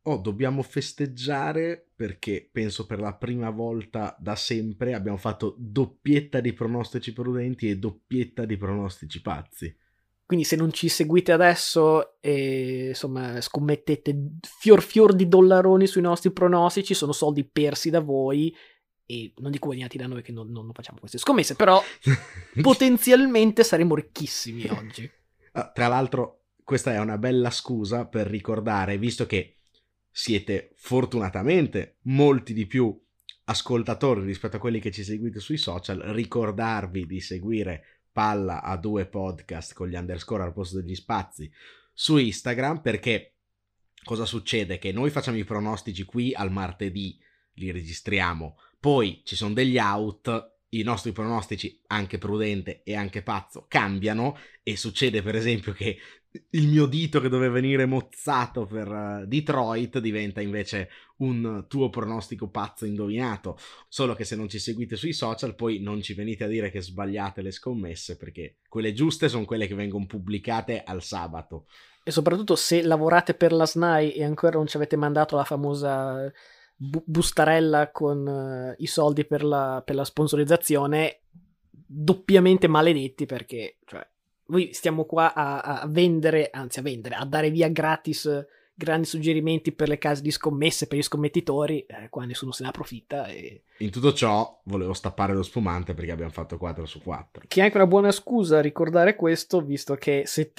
dobbiamo festeggiare perché penso per la prima volta da sempre abbiamo fatto doppietta di pronostici prudenti e doppietta di pronostici pazzi. Quindi se non ci seguite adesso e insomma scommettete fior di dollaroni sui nostri pronostici, sono soldi persi da voi e non dico guadagnati da noi che non facciamo queste scommesse, però potenzialmente saremo ricchissimi oggi. Tra l'altro questa è una bella scusa per ricordare, visto che siete fortunatamente molti di più ascoltatori rispetto a quelli che ci seguite sui social, ricordarvi di seguire Palla a 2 podcast con gli underscore al posto degli spazi su Instagram, perché cosa succede? Che noi facciamo i pronostici qui al martedì, li registriamo, poi ci sono degli out, i nostri pronostici, anche prudente e anche pazzo, cambiano e succede per esempio che il mio dito che doveva venire mozzato per Detroit diventa invece un tuo pronostico pazzo indovinato, solo che se non ci seguite sui social poi non ci venite a dire che sbagliate le scommesse, perché quelle giuste sono quelle che vengono pubblicate al sabato. E soprattutto se lavorate per la SNAI e ancora non ci avete mandato la famosa bustarella con i soldi per la sponsorizzazione, doppiamente maledetti, perché cioè, noi stiamo qua a vendere, anzi a dare via gratis grandi suggerimenti per le case di scommesse, per gli scommettitori, qua nessuno se ne approfitta. E... In tutto ciò volevo stappare lo spumante perché abbiamo fatto 4 su 4. Che è anche una buona scusa a ricordare questo, visto che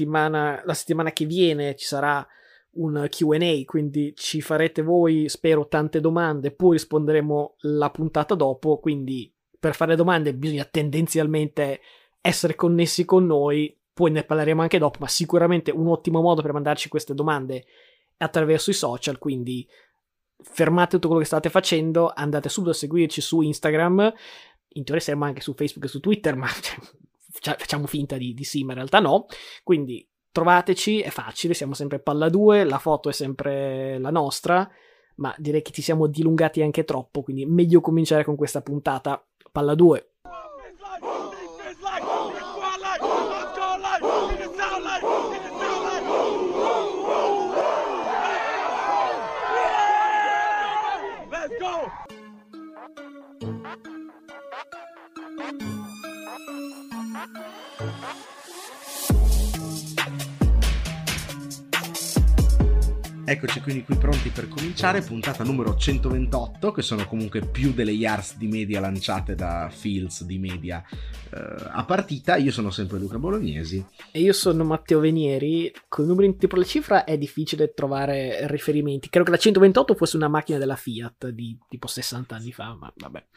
la settimana che viene ci sarà un Q&A, quindi ci farete voi, spero, tante domande, poi risponderemo la puntata dopo, quindi per fare domande bisogna tendenzialmente essere connessi con noi, poi ne parleremo anche dopo, ma sicuramente un ottimo modo per mandarci queste domande è attraverso i social, quindi fermate tutto quello che state facendo, andate subito a seguirci su Instagram, in teoria saremo anche su Facebook e su Twitter, ma facciamo finta di sì, ma in realtà no, quindi trovateci, è facile, siamo sempre Palla 2, la foto è sempre la nostra, ma direi che ci siamo dilungati anche troppo, quindi meglio cominciare con questa puntata. Palla 2. Eccoci quindi qui pronti per cominciare, puntata numero 128, che sono comunque più delle yards di media lanciate da Fields di media a partita. Io sono sempre Luca Bolognesi. E io sono Matteo Venieri. Con i numeri in tipo la cifra è difficile trovare riferimenti. Credo che la 128 fosse una macchina della Fiat di tipo 60 anni fa, ma vabbè.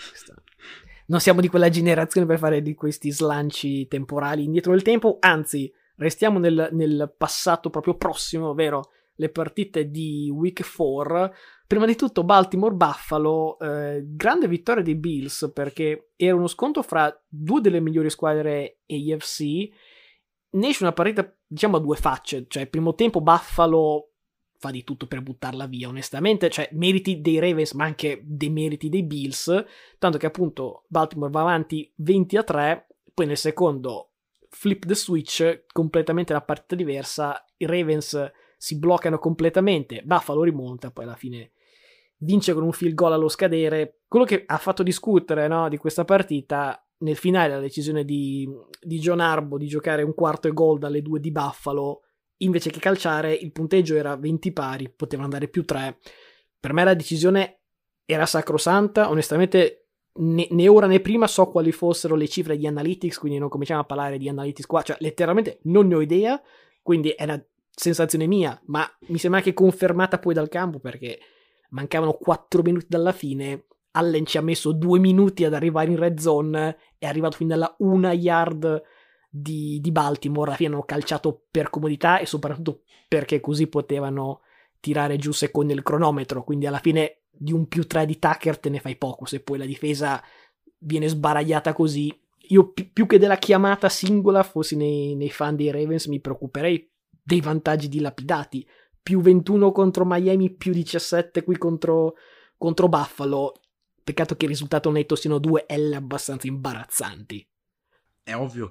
Non siamo di quella generazione per fare di questi slanci temporali indietro nel tempo, anzi, restiamo nel passato proprio prossimo, ovvero le partite di Week 4. Prima di tutto Baltimore-Buffalo, grande vittoria dei Bills perché era uno scontro fra due delle migliori squadre AFC. Ne esce una partita diciamo a due facce, cioè primo tempo Buffalo fa di tutto per buttarla via, onestamente, cioè meriti dei Ravens ma anche dei meriti dei Bills, tanto che appunto Baltimore va avanti 20-3, poi nel secondo flip the switch, completamente la partita diversa, i Ravens si bloccano completamente, Buffalo rimonta, poi alla fine vince con un field goal allo scadere. Quello che ha fatto discutere, no, di questa partita nel finale la decisione di John Harbaugh di giocare un quarto e gol dalle 2 di Buffalo invece che calciare. Il punteggio era 20 pari, poteva andare più 3. Per me la decisione era sacrosanta, onestamente né ora né prima so quali fossero le cifre di Analytics, quindi non cominciamo a parlare di Analytics qua, cioè letteralmente non ne ho idea, quindi è una sensazione mia, ma mi sembra anche confermata poi dal campo perché mancavano 4 minuti dalla fine, Allen ci ha messo 2 minuti ad arrivare in red zone, è arrivato fino alla 1 yard di Baltimore, alla fine hanno calciato per comodità e soprattutto perché così potevano tirare giù secondo il cronometro, quindi alla fine di un più 3 di Tucker te ne fai poco, se poi la difesa viene sbaragliata così. Io più che della chiamata singola, fossi nei fan dei Ravens, mi preoccuperei dei vantaggi dilapidati, più 21 contro Miami, più 17 qui contro Buffalo. Peccato che il risultato netto siano 2 L abbastanza imbarazzanti. È ovvio che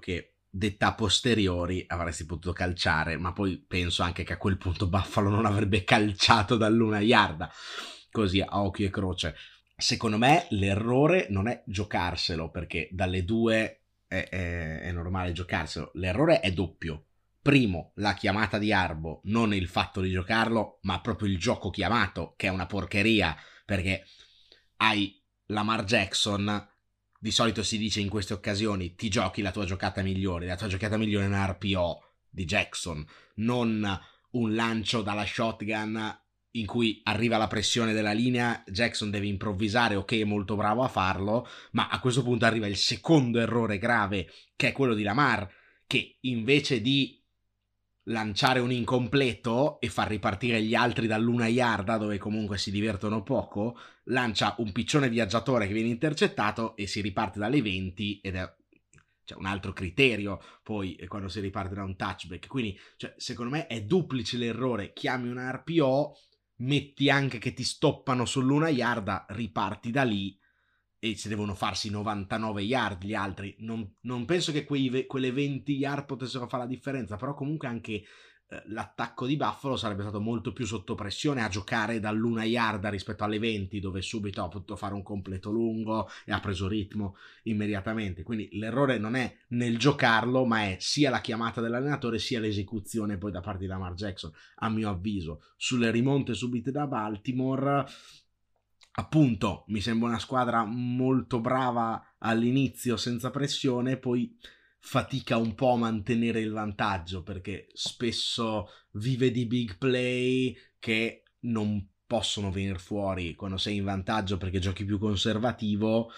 detta a posteriori avresti potuto calciare, ma poi penso anche che a quel punto Buffalo non avrebbe calciato dall'1 yarda, così a occhio e croce. Secondo me l'errore non è giocarselo, perché dalle due è normale giocarselo, l'errore è doppio. Primo, la chiamata di Arbo, non il fatto di giocarlo, ma proprio il gioco chiamato, che è una porcheria, perché hai Lamar Jackson. Di solito si dice in queste occasioni ti giochi la tua giocata migliore, la tua giocata migliore è un RPO di Jackson, non un lancio dalla shotgun in cui arriva la pressione della linea, Jackson deve improvvisare, ok, è molto bravo a farlo, ma a questo punto arriva il secondo errore grave, che è quello di Lamar, che invece di lanciare un incompleto e far ripartire gli altri dall'1 yarda, dove comunque si divertono poco, lancia un piccione viaggiatore che viene intercettato e si riparte dalle 20 ed è un altro criterio poi quando si riparte da un touchback. Quindi secondo me è duplice l'errore, chiami un RPO, metti anche che ti stoppano sull'1 yarda, riparti da lì e se devono farsi 99 yard gli altri. Non penso che quelle 20 yard potessero fare la differenza, però comunque anche l'attacco di Buffalo sarebbe stato molto più sotto pressione a giocare dall'1 yarda rispetto alle 20, dove subito ha potuto fare un completo lungo e ha preso ritmo immediatamente. Quindi l'errore non è nel giocarlo, ma è sia la chiamata dell'allenatore sia l'esecuzione poi da parte di Lamar Jackson, a mio avviso. Sulle rimonte subite da Baltimore, appunto, mi sembra una squadra molto brava all'inizio senza pressione, poi fatica un po' a mantenere il vantaggio perché spesso vive di big play che non possono venire fuori quando sei in vantaggio perché giochi più conservativo.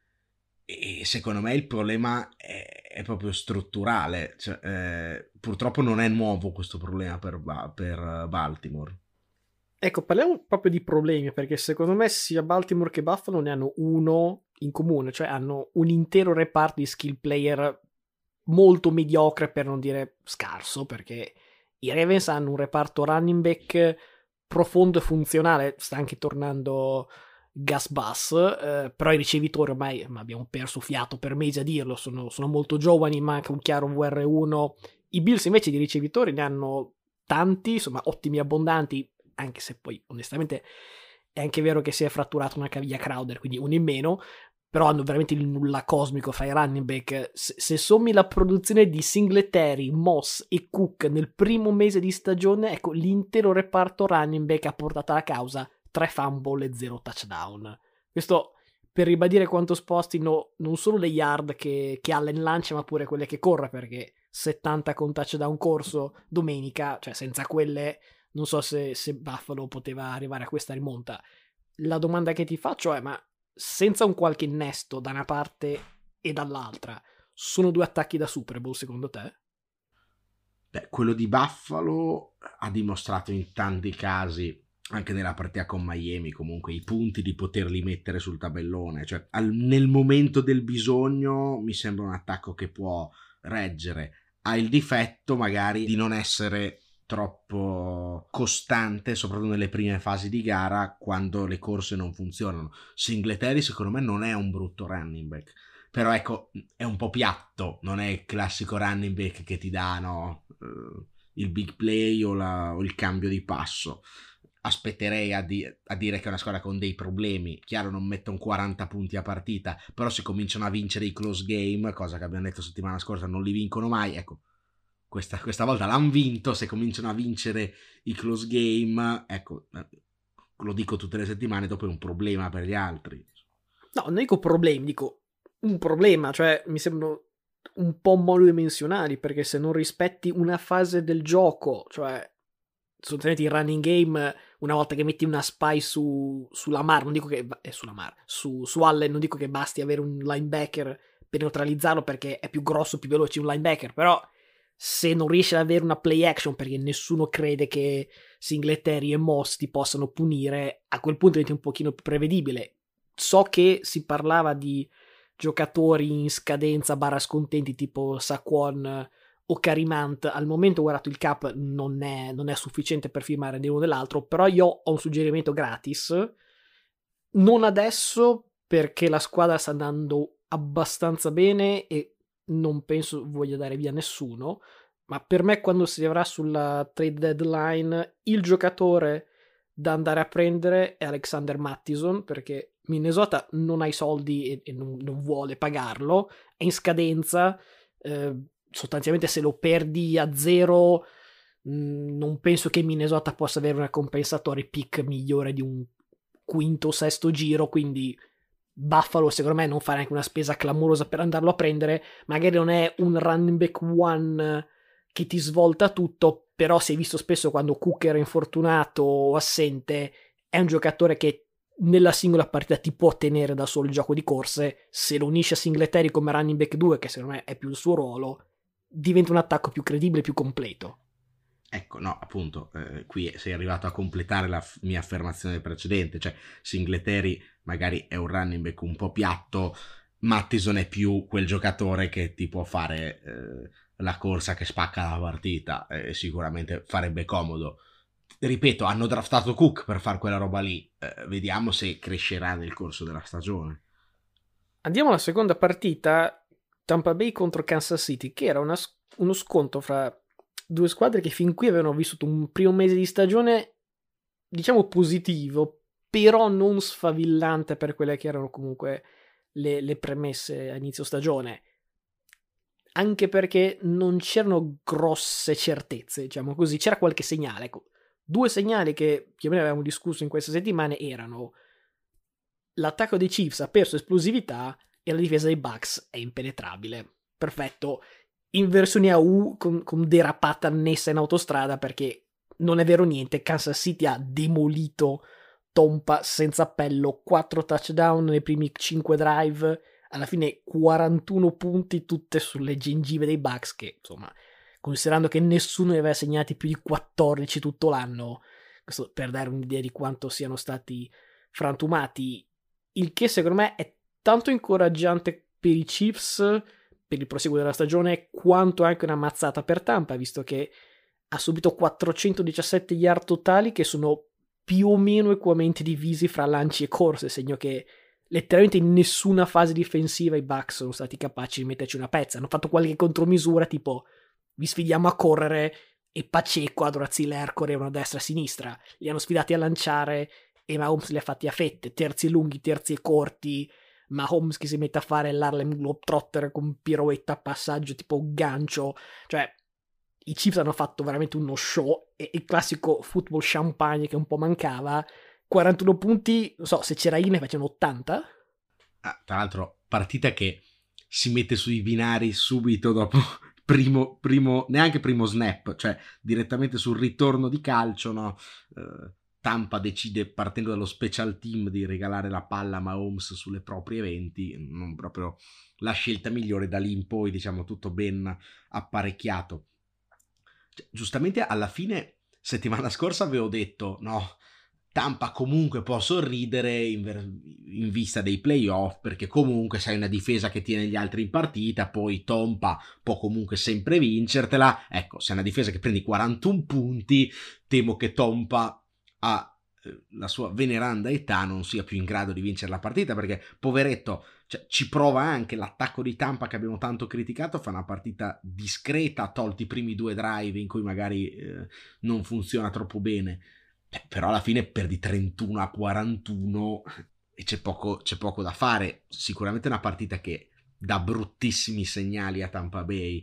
E secondo me il problema è proprio strutturale, purtroppo non è nuovo questo problema per Baltimore. Ecco, parliamo proprio di problemi, perché secondo me sia Baltimore che Buffalo ne hanno uno in comune, cioè hanno un intero reparto di skill player molto mediocre, per non dire scarso, perché i Ravens hanno un reparto running back profondo e funzionale, sta anche tornando Gus Bus, però i ricevitori ormai abbiamo perso fiato per mesi a dirlo, sono molto giovani, manca un chiaro VR1. I Bills invece di ricevitori ne hanno tanti, insomma ottimi, abbondanti, anche se poi onestamente è anche vero che si è fratturato una caviglia Crowder, quindi uno in meno, però hanno veramente il nulla cosmico fra i running back. Se sommi la produzione di Singletary, Moss e Cook nel primo mese di stagione, ecco, l'intero reparto running back ha portato alla causa 3 fumble e 0 touchdown. Questo per ribadire quanto spostino non solo le yard che Allen lancia, ma pure quelle che corre, perché 70 con touchdown corso domenica, cioè senza quelle non so se Buffalo poteva arrivare a questa rimonta. La domanda che ti faccio è, ma senza un qualche innesto da una parte e dall'altra, sono due attacchi da Super Bowl secondo te? Beh, quello di Buffalo ha dimostrato in tanti casi, anche nella partita con Miami, comunque i punti di poterli mettere sul tabellone. Cioè, nel momento del bisogno mi sembra un attacco che può reggere. Ha il difetto magari di non essere troppo costante, soprattutto nelle prime fasi di gara, quando le corse non funzionano. Singletary secondo me non è un brutto running back, però ecco, è un po' piatto, non è il classico running back che ti dà il big play o il cambio di passo. Aspetterei a dire che è una squadra con dei problemi. Chiaro, non mettono 40 punti a partita, però se cominciano a vincere i close game, cosa che abbiamo detto settimana scorsa, non li vincono mai, ecco, questa volta l'hanno vinto. Se cominciano a vincere i close game, ecco, lo dico tutte le settimane, dopo è un problema per gli altri. No, non dico problemi, dico un problema, cioè mi sembrano un po' monodimensionali, perché se non rispetti una fase del gioco, cioè sostanzialmente il running game, una volta che metti una spy su Lamar, non dico che su Lamar, su Allen, non dico che basti avere un linebacker per neutralizzarlo perché è più grosso, più veloce un linebacker, però se non riesci ad avere una play action perché nessuno crede che Singletary e Moss ti possano punire, a quel punto diventi un pochino più prevedibile. So che si parlava di giocatori in scadenza barra scontenti tipo Saquon o Karimant. Al momento ho guardato il cap, non è sufficiente per firmare né uno dell'altro, però io ho un suggerimento gratis, non adesso perché la squadra sta andando abbastanza bene e non penso voglia dare via nessuno, ma per me quando si avrà sulla trade deadline il giocatore da andare a prendere è Alexander Mattison, perché Minnesota non ha i soldi e non vuole pagarlo, è in scadenza, sostanzialmente se lo perdi a zero non penso che Minnesota possa avere una compensatory pick migliore di un quinto o sesto giro, quindi Buffalo secondo me non fa neanche una spesa clamorosa per andarlo a prendere, magari non è un running back one che ti svolta tutto, però si è visto spesso quando Cook era infortunato o assente, è un giocatore che nella singola partita ti può tenere da solo il gioco di corse, se lo unisce a Singletary come running back 2, che secondo me è più il suo ruolo, diventa un attacco più credibile e più completo. Ecco, no, appunto, qui sei arrivato a completare la mia affermazione precedente, cioè Singletary magari è un running back un po' piatto, Mattison è più quel giocatore che ti può fare la corsa che spacca la partita, e sicuramente farebbe comodo. Ripeto, hanno draftato Cook per fare quella roba lì, vediamo se crescerà nel corso della stagione. Andiamo alla seconda partita, Tampa Bay contro Kansas City, che era uno scontro fra due squadre che fin qui avevano vissuto un primo mese di stagione, diciamo, positivo, però non sfavillante per quelle che erano comunque le premesse a inizio stagione. Anche perché non c'erano grosse certezze, diciamo così, c'era qualche segnale. Ecco. Due segnali che più o meno avevamo discusso in queste settimane erano: l'attacco dei Chiefs ha perso esplosività e la difesa dei Bucks è impenetrabile. Perfetto. Inversioni a U con derapata annessa in autostrada, perché non è vero niente. Kansas City ha demolito Tampa senza appello, 4 touchdown nei primi 5 drive, alla fine 41 punti tutte sulle gengive dei Bucks, che insomma, considerando che nessuno ne aveva segnati più di 14 tutto l'anno, questo per dare un'idea di quanto siano stati frantumati, il che secondo me è tanto incoraggiante per i Chiefs per il proseguo della stagione, quanto anche una mazzata per Tampa, visto che ha subito 417 yard totali che sono più o meno equamente divisi fra lanci e corse, segno che letteralmente in nessuna fase difensiva i Bucks sono stati capaci di metterci una pezza. Hanno fatto qualche contromisura, tipo vi sfidiamo a correre e Pacheco ad Razziler correvano a destra e a sinistra, li hanno sfidati a lanciare e Mahomes li ha fatti a fette, terzi lunghi, terzi corti, Mahomes che si mette a fare l'Harlem Globetrotter con pirouetta, passaggio tipo gancio, cioè i Chiefs hanno fatto veramente uno show, e il classico football champagne che un po' mancava. 41 punti, non so, se c'era ne facevano 80. Tra l'altro partita che si mette sui binari subito dopo neanche primo snap, cioè direttamente sul ritorno di calcio, no? Tampa decide, partendo dallo special team, di regalare la palla a Mahomes sulle proprie 20, non proprio la scelta migliore. Da lì in poi, diciamo, tutto ben apparecchiato. Cioè, giustamente alla fine, settimana scorsa avevo detto, no, Tampa comunque può sorridere in vista dei playoff, perché comunque sei una difesa che tiene gli altri in partita, poi Tampa può comunque sempre vincertela. Ecco, se è una difesa che prendi 41 punti, temo che Tampa a la sua veneranda età non sia più in grado di vincere la partita, perché poveretto, cioè, ci prova anche l'attacco di Tampa che abbiamo tanto criticato, fa una partita discreta, tolti i primi 2 drive in cui magari non funziona troppo bene, però alla fine perdi 31-41 e c'è poco da fare. Sicuramente una partita che dà bruttissimi segnali a Tampa Bay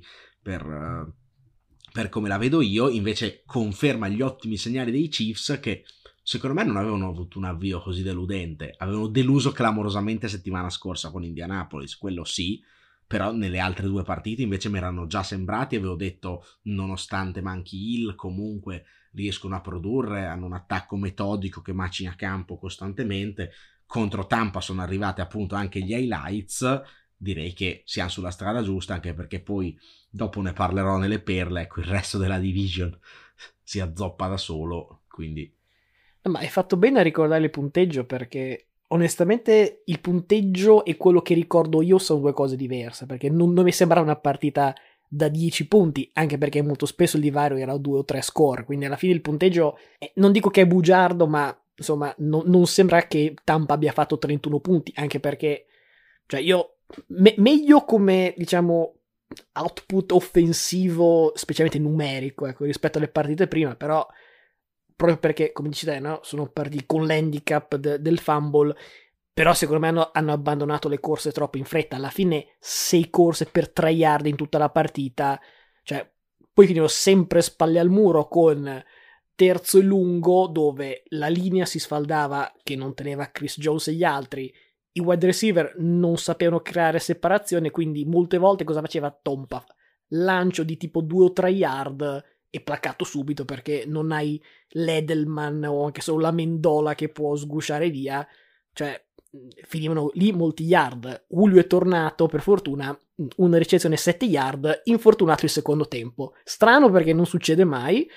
per come la vedo io. Invece conferma gli ottimi segnali dei Chiefs, che secondo me non avevano avuto un avvio così deludente. Avevano deluso clamorosamente settimana scorsa con Indianapolis, quello sì, però nelle altre 2 partite invece mi erano già sembrati. Avevo detto, nonostante manchi Hill, comunque riescono a produrre, hanno un attacco metodico che macina a campo costantemente. Contro Tampa sono arrivate appunto anche gli highlights. Direi che siamo sulla strada giusta, anche perché poi dopo ne parlerò nelle perle. Ecco, il resto della division si azzoppa da solo, quindi Ma hai fatto bene a ricordare il punteggio, perché onestamente il punteggio e quello che ricordo io sono 2 cose diverse, perché non mi sembra una partita da 10 punti, anche perché molto spesso il divario era 2 o 3 score, quindi alla fine il punteggio non dico che è bugiardo, ma insomma non sembra che Tampa abbia fatto 31 punti, anche perché cioè io meglio come, diciamo, output offensivo, specialmente numerico, ecco, rispetto alle partite prima, però proprio perché, come dici te, no? Sono partiti con l'handicap del fumble, però secondo me hanno abbandonato le corse troppo in fretta. Alla fine 6 corse per 3 yard in tutta la partita, cioè poi finivo sempre spalle al muro con terzo e lungo, dove la linea si sfaldava che non teneva Chris Jones e gli altri, i wide receiver non sapevano creare separazione, quindi molte volte cosa faceva Tompa? Lancio di tipo 2 o 3 yard e placato subito, perché non hai l'Edelman o anche solo la Mendola che può sgusciare via, cioè finivano lì molti yard. Julio è tornato, per fortuna, una ricezione 7 yard, infortunato il secondo tempo. Strano perché non succede mai.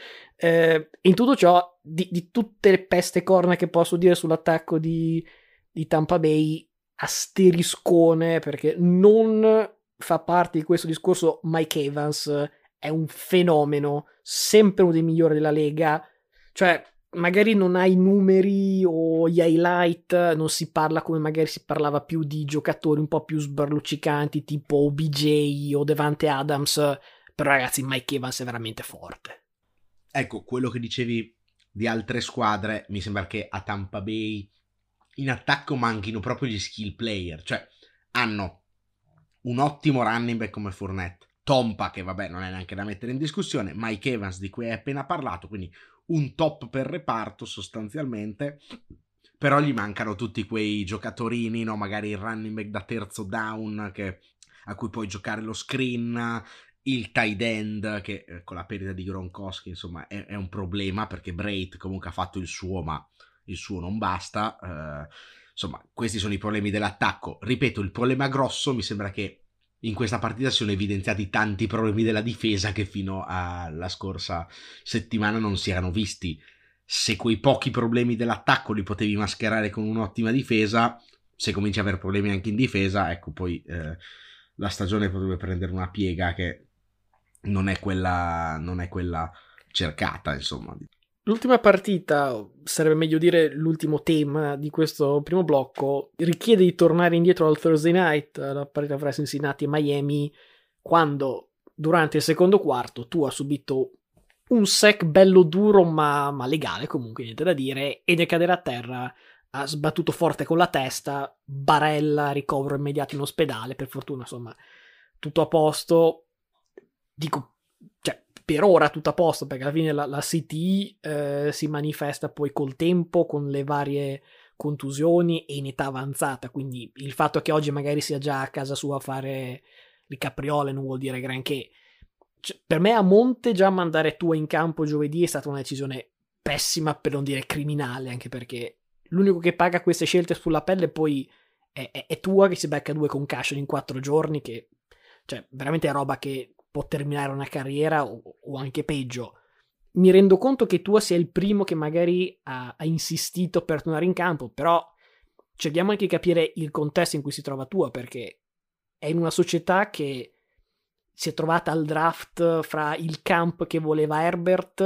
In tutto ciò, di tutte le peste corna che posso dire sull'attacco di Tampa Bay, asteriscone, perché non fa parte di questo discorso. Mike Evans è un fenomeno, sempre uno dei migliori della Lega, cioè magari non hai i numeri o gli highlight, non si parla come magari si parlava più di giocatori un po' più sbarluccicanti tipo OBJ o Devante Adams, però ragazzi Mike Evans è veramente forte. Ecco, quello che dicevi di altre squadre, mi sembra che a Tampa Bay in attacco manchino proprio gli skill player, cioè hanno un ottimo running back come Fournette, Tompa che vabbè non è neanche da mettere in discussione, Mike Evans di cui hai appena parlato, quindi un top per reparto sostanzialmente, però gli mancano tutti quei giocatorini, no? Magari il running back da terzo down a cui puoi giocare lo screen, il tight end che con la perdita di Gronkowski insomma è un problema, perché Brate comunque ha fatto il suo, ma il suo non basta. Insomma, questi sono i problemi dell'attacco. Ripeto, il problema grosso mi sembra che in questa partita si sono evidenziati tanti problemi della difesa che fino alla scorsa settimana non si erano visti. Se quei pochi problemi dell'attacco li potevi mascherare con un'ottima difesa, se cominci a avere problemi anche in difesa, ecco poi la stagione potrebbe prendere una piega che non è quella cercata, insomma. L'ultima partita, sarebbe meglio dire l'ultimo tema di questo primo blocco, richiede di tornare indietro al Thursday night, la partita fra Cincinnati e Miami, quando durante il secondo quarto tu hai subito un sack bello duro ma legale, comunque niente da dire, e nel cadere a terra ha sbattuto forte con la testa, barella, ricovero immediato in ospedale, per fortuna insomma tutto a posto. Dico, cioè, per ora tutto a posto, perché alla fine la CTE si manifesta poi col tempo, con le varie contusioni e in età avanzata, quindi il fatto che oggi magari sia già a casa sua a fare le capriole non vuol dire granché. Cioè, per me a monte già mandare Tua in campo giovedì è stata una decisione pessima, per non dire criminale, anche perché l'unico che paga queste scelte sulla pelle poi è Tua, che si becca 2 concussion in 4 giorni, che cioè veramente è roba che può terminare una carriera o anche peggio. Mi rendo conto che Tua sia il primo che magari ha insistito per tornare in campo, però cerchiamo anche di capire il contesto in cui si trova Tua, perché è in una società che si è trovata al draft fra il camp che voleva Herbert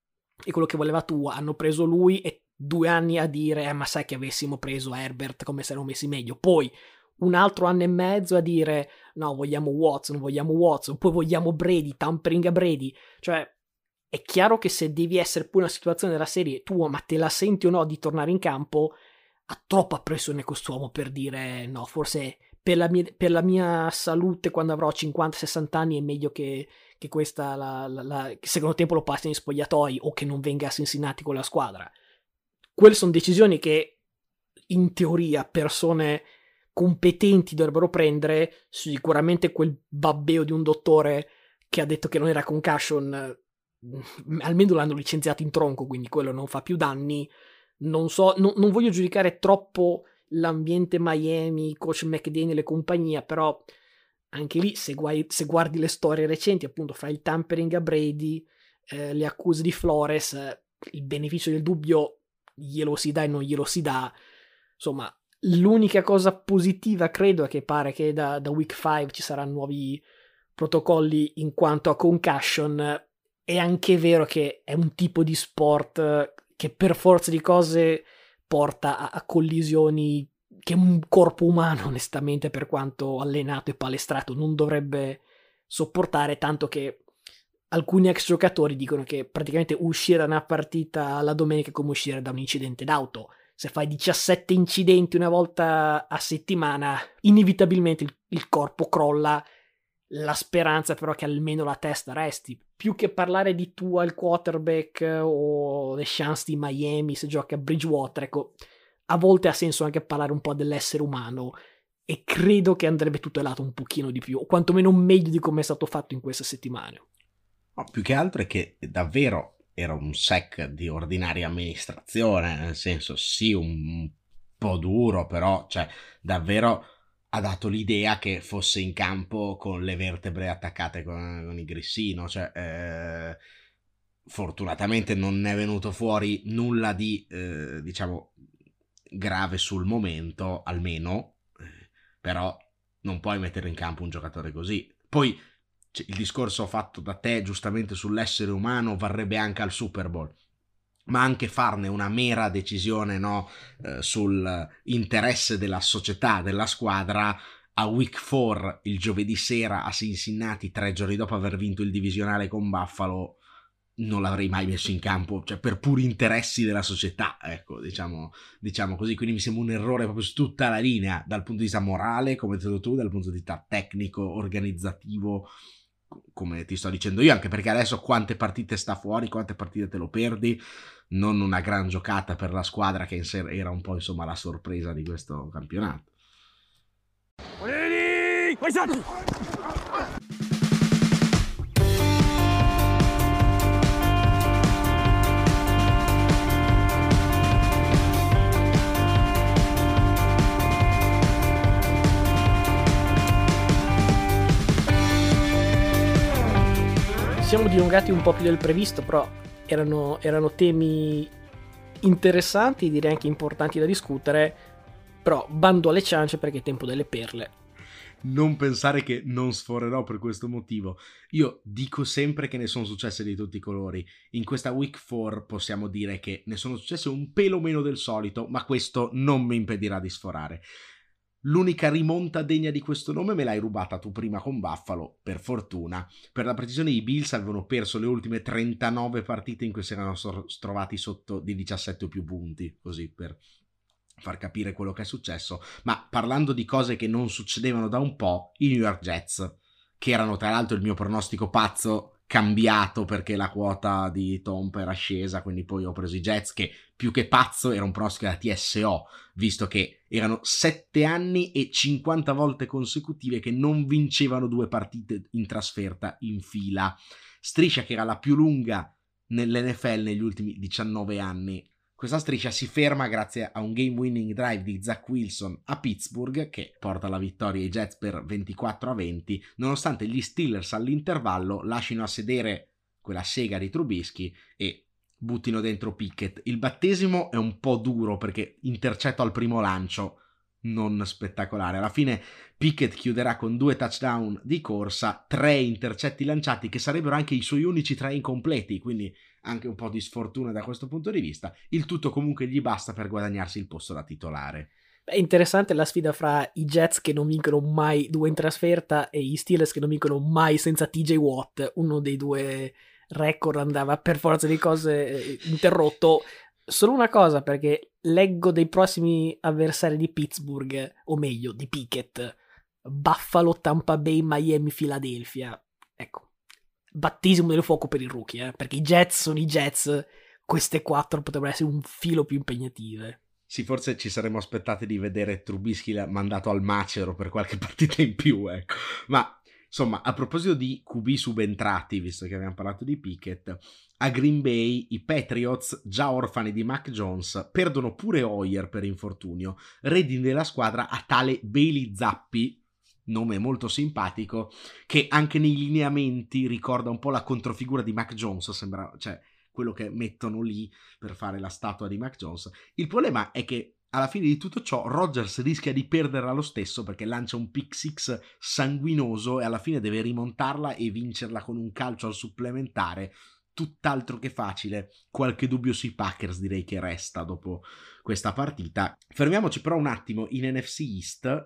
e quello che voleva Tua. Hanno preso lui e 2 anni a dire ma sai che avessimo preso Herbert come saremmo messi meglio. Poi un altro anno e mezzo a dire no, vogliamo Watson, poi vogliamo Brady, tampering a Brady. Cioè è chiaro che se devi essere poi una situazione della serie tua, ma te la senti o no di tornare in campo, ha troppa pressione quest'uomo per dire no, forse per la mia salute quando avrò 50-60 anni è meglio che questa il secondo tempo lo passi in spogliatoi o che non venga a Cincinnati con la squadra. Quelle sono decisioni che in teoria persone competenti dovrebbero prendere. Sicuramente quel babbeo di un dottore che ha detto che non era concussion, almeno l'hanno licenziato in tronco, quindi quello non fa più danni. Non so, non voglio giudicare troppo l'ambiente Miami, coach McDaniel e compagnia, però anche lì se guardi le storie recenti, appunto fra il tampering a Brady, le accuse di Flores, il beneficio del dubbio glielo si dà e non glielo si dà. Insomma, l'unica cosa positiva credo è che pare che da week 5 ci saranno nuovi protocolli in quanto a concussion. È anche vero che è un tipo di sport che per forza di cose porta a collisioni che un corpo umano, onestamente, per quanto allenato e palestrato, non dovrebbe sopportare, tanto che alcuni ex giocatori dicono che praticamente uscire da una partita la domenica è come uscire da un incidente d'auto. Se fai 17 incidenti una volta a settimana, inevitabilmente il corpo crolla. La speranza però che almeno la testa resti. Più che parlare di Tua il quarterback o le chance di Miami se gioca a Bridgewater, ecco, a volte ha senso anche parlare un po' dell'essere umano, e credo che andrebbe tutelato un pochino di più, o quantomeno meglio di come è stato fatto in queste settimane. No, più che altro è che davvero era un sec di ordinaria amministrazione, nel senso sì un po' duro, però cioè davvero ha dato l'idea che fosse in campo con le vertebre attaccate con il grissino, cioè fortunatamente non è venuto fuori nulla di diciamo grave sul momento, almeno, però non puoi mettere in campo un giocatore così. Poi il discorso fatto da te giustamente sull'essere umano varrebbe anche al Super Bowl, ma anche farne una mera decisione, no, sul interesse della società, della squadra, a Week 4 il giovedì sera a Cincinnati, 3 giorni dopo aver vinto il divisionale con Buffalo, non l'avrei mai messo in campo, cioè per puri interessi della società, ecco, diciamo così. Quindi mi sembra un errore proprio su tutta la linea, dal punto di vista morale, come hai detto tu, dal punto di vista tecnico, organizzativo, come ti sto dicendo io, anche perché adesso quante partite sta fuori, quante partite te lo perdi, non una gran giocata per la squadra che era un po' insomma la sorpresa di questo campionato. Siamo dilungati un po' più del previsto, però erano temi interessanti, direi anche importanti da discutere, però bando alle ciance perché è tempo delle perle. Non pensare che non sforerò per questo motivo. Io dico sempre che ne sono successe di tutti i colori. In questa Week 4 possiamo dire che ne sono successe un pelo meno del solito, ma questo non mi impedirà di sforare. L'unica rimonta degna di questo nome me l'hai rubata tu prima con Buffalo, per fortuna. Per la precisione i Bills avevano perso le ultime 39 partite in cui si erano trovati sotto di 17 o più punti, così per far capire quello che è successo. Ma parlando di cose che non succedevano da un po', i New York Jets, che erano tra l'altro il mio pronostico pazzo cambiato perché la quota di Tomp era scesa, quindi poi ho preso i Jets, che più che pazzo era un pronostico da TSO, visto che erano 7 anni e 50 volte consecutive che non vincevano 2 partite in trasferta in fila, striscia che era la più lunga nell'NFL negli ultimi 19 anni. Questa striscia si ferma grazie a un game winning drive di Zach Wilson a Pittsburgh che porta alla vittoria ai Jets per 24-20, nonostante gli Steelers all'intervallo lasciano a sedere quella sega di Trubisky e buttino dentro Pickett. Il battesimo è un po' duro perché intercetto al primo lancio, non spettacolare. Alla fine Pickett chiuderà con 2 touchdown di corsa, 3 intercetti lanciati che sarebbero anche i suoi unici 3 incompleti, quindi anche un po' di sfortuna da questo punto di vista. Il tutto comunque gli basta per guadagnarsi il posto da titolare. È interessante la sfida fra i Jets che non vincono mai 2 in trasferta e i Steelers che non vincono mai senza TJ Watt. Uno dei due record andava per forza di cose interrotto. Solo una cosa, perché leggo dei prossimi avversari di Pittsburgh, o meglio di Pickett: Buffalo, Tampa Bay, Miami, Philadelphia. Ecco, battesimo del fuoco per il rookie, perché i Jets sono i Jets, queste 4 potrebbero essere un filo più impegnative. Sì, forse ci saremmo aspettati di vedere Trubisky mandato al macero per qualche partita in più, ecco. Ma insomma, a proposito di QB subentrati, visto che abbiamo parlato di Pickett, a Green Bay i Patriots, già orfani di Mac Jones, perdono pure Hoyer per infortunio, redine della squadra a tale Bailey Zappi, nome molto simpatico, che anche nei lineamenti ricorda un po' la controfigura di Mac Jones, sembra, cioè quello che mettono lì per fare la statua di Mac Jones. Il problema è che alla fine di tutto ciò Rodgers rischia di perderla lo stesso perché lancia un pick six sanguinoso e alla fine deve rimontarla e vincerla con un calcio al supplementare, tutt'altro che facile. Qualche dubbio sui Packers direi che resta dopo questa partita. Fermiamoci però un attimo in NFC East,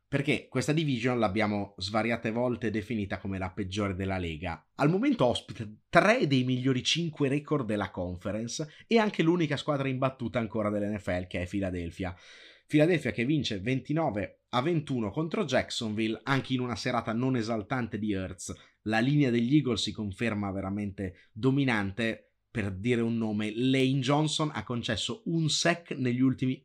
perché questa division l'abbiamo svariate volte definita come la peggiore della Lega. Al momento ospita 3 dei migliori 5 record della conference e anche l'unica squadra imbattuta ancora dell'NFL, che è Philadelphia. Philadelphia che vince 29-21 contro Jacksonville, anche in una serata non esaltante di Hurts. La linea degli Eagles si conferma veramente dominante. Per dire un nome, Lane Johnson ha concesso un sack negli ultimi